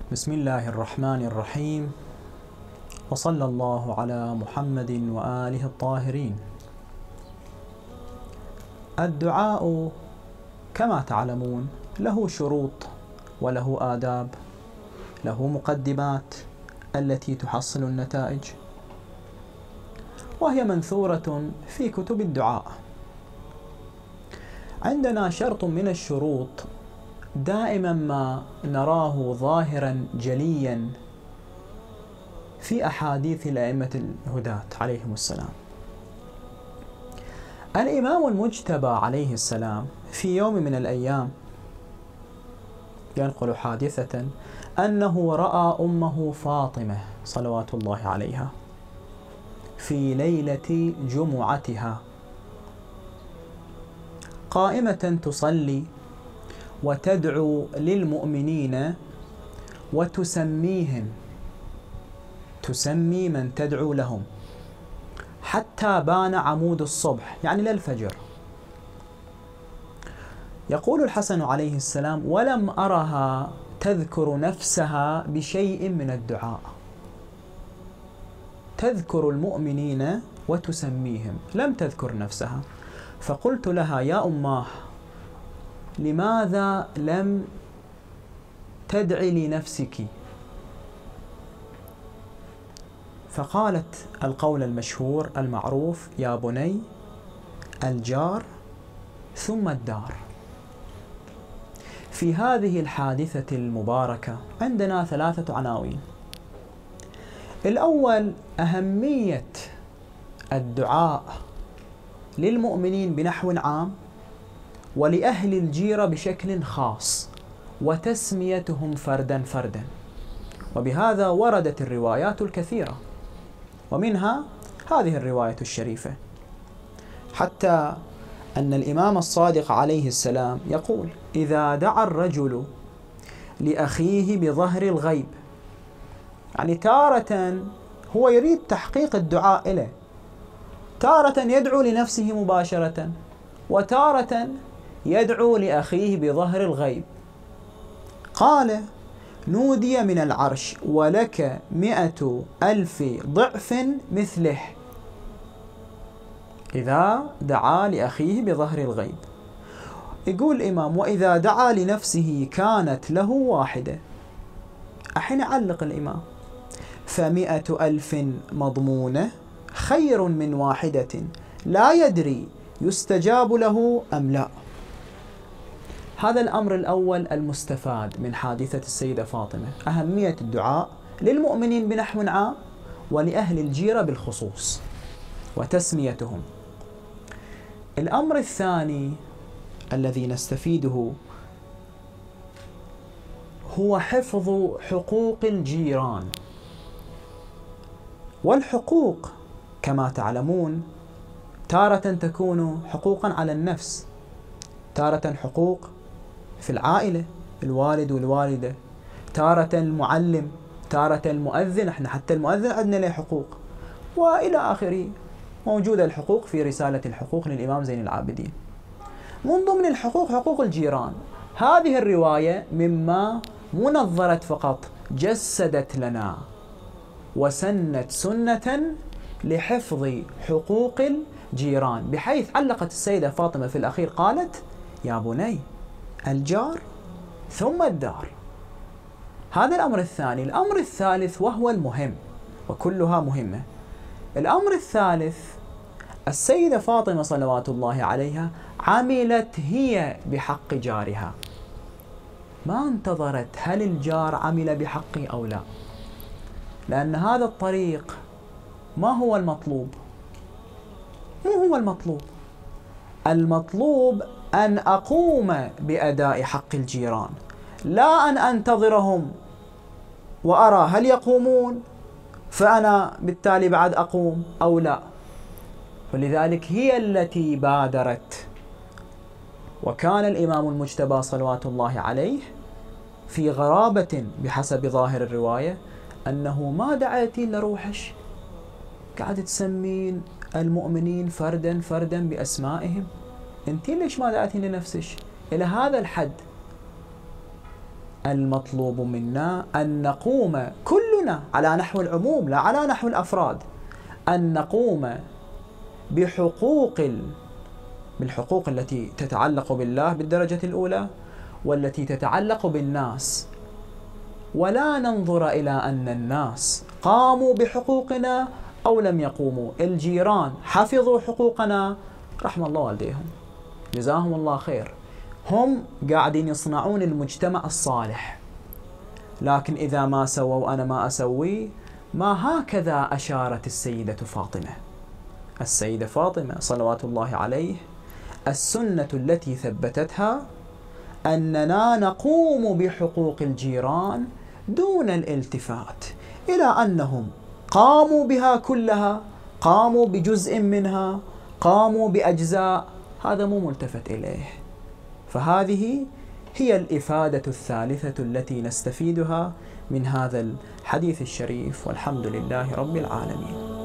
بسم الله الرحمن الرحيم، وصلى الله على محمد وآله الطاهرين. الدعاء كما تعلمون له شروط وله آداب، له مقدمات التي تحصل النتائج، وهي منثورة في كتب الدعاء. عندنا شرط من الشروط دائما ما نراه ظاهرا جليا في أحاديث الأئمة الهداة عليهم السلام. الإمام المجتبى عليه السلام في يوم من الأيام ينقل حادثة أنه رأى أمه فاطمة صلوات الله عليها في ليلة جمعتها قائمة تصلي وتدعو للمؤمنين وتسميهم، تسمي من تدعو لهم حتى بان عمود الصبح، يعني للفجر. يقول الحسن عليه السلام: ولم أرها تذكر نفسها بشيء من الدعاء، تذكر المؤمنين وتسميهم، لم تذكر نفسها. فقلت لها: يا أماه، لماذا لم تدعي لنفسك؟ فقالت القول المشهور المعروف: يا بني، الجار ثم الدار. في هذه الحادثة المباركة عندنا ثلاثة عناوين. الأول أهمية الدعاء للمؤمنين بنحو عام ولأهل الجيرة بشكل خاص، وتسميتهم فردا فردا. وبهذا وردت الروايات الكثيرة، ومنها هذه الرواية الشريفة، حتى أن الإمام الصادق عليه السلام يقول: إذا دعا الرجل لأخيه بظهر الغيب، يعني تارة هو يريد تحقيق الدعاء إليه، تارة يدعو لنفسه مباشرة، وتارة يدعو لأخيه بظهر الغيب. قال: نودي من العرش ولك 100,000 ضعف مثله، إذا دعا لأخيه بظهر الغيب. يقول الإمام: وإذا دعا لنفسه كانت له واحدة. أحين علق الإمام: ف100,000 مضمونة خير من واحدة لا يدري يستجاب له أم لا. هذا الأمر الأول المستفاد من حادثة السيدة فاطمة، أهمية الدعاء للمؤمنين بنحو عام ولأهل الجيرة بالخصوص وتسميتهم. الأمر الثاني الذي نستفيده هو حفظ حقوق الجيران. والحقوق كما تعلمون تارة تكون حقوقا على النفس، تارة حقوق في العائلة، الوالد والوالدة، تارة المعلم، تارة المؤذن، احنا حتى المؤذن عندنا له حقوق، وإلى آخره. موجودة الحقوق في رسالة الحقوق للإمام زين العابدين. من ضمن الحقوق حقوق الجيران. هذه الرواية مما منظرت فقط جسدت لنا وسنت سنة لحفظ حقوق الجيران، بحيث علقت السيدة فاطمة في الأخير قالت: يا بني، الجار ثم الدار. هذا الأمر الثاني. الأمر الثالث وهو المهم، وكلها مهمة. الأمر الثالث: السيدة فاطمة صلوات الله عليها عملت هي بحق جارها، ما انتظرت هل الجار عمل بحقي أو لا، لأن هذا الطريق ما هو المطلوب. مو هو المطلوب. المطلوب أن أقوم بأداء حق الجيران، لا أن أنتظرهم وأرى هل يقومون فأنا بالتالي بعد أقوم أو لا. فلذلك هي التي بادرت. وكان الإمام المجتبى صلوات الله عليه في غرابة بحسب ظاهر الرواية، أنه ما دعيتي لروحش، قاعدة تسمين المؤمنين فردا فردا بأسمائهم، أنتي ليش ما دعيتي لنفسك؟ إلى هذا الحد المطلوب منا أن نقوم كلنا على نحو العموم لا على نحو الأفراد، أن نقوم بالحقوق التي تتعلق بالله بالدرجة الأولى والتي تتعلق بالناس، ولا ننظر إلى أن الناس قاموا بحقوقنا أو لم يقوموا. الجيران حفظوا حقوقنا رحم الله والديهم جزاهم الله خير، هم قاعدين يصنعون المجتمع الصالح، لكن إذا ما سووا أنا ما أسوي. ما هكذا أشارت السيدة فاطمة. السيدة فاطمة صلوات الله عليه السنة التي ثبتتها أننا نقوم بحقوق الجيران دون الالتفات إلى أنهم قاموا بها كلها، قاموا بجزء منها، قاموا بأجزاء، هذا مو ملتفت إليه. فهذه هي الإفادة الثالثة التي نستفيدها من هذا الحديث الشريف، والحمد لله رب العالمين.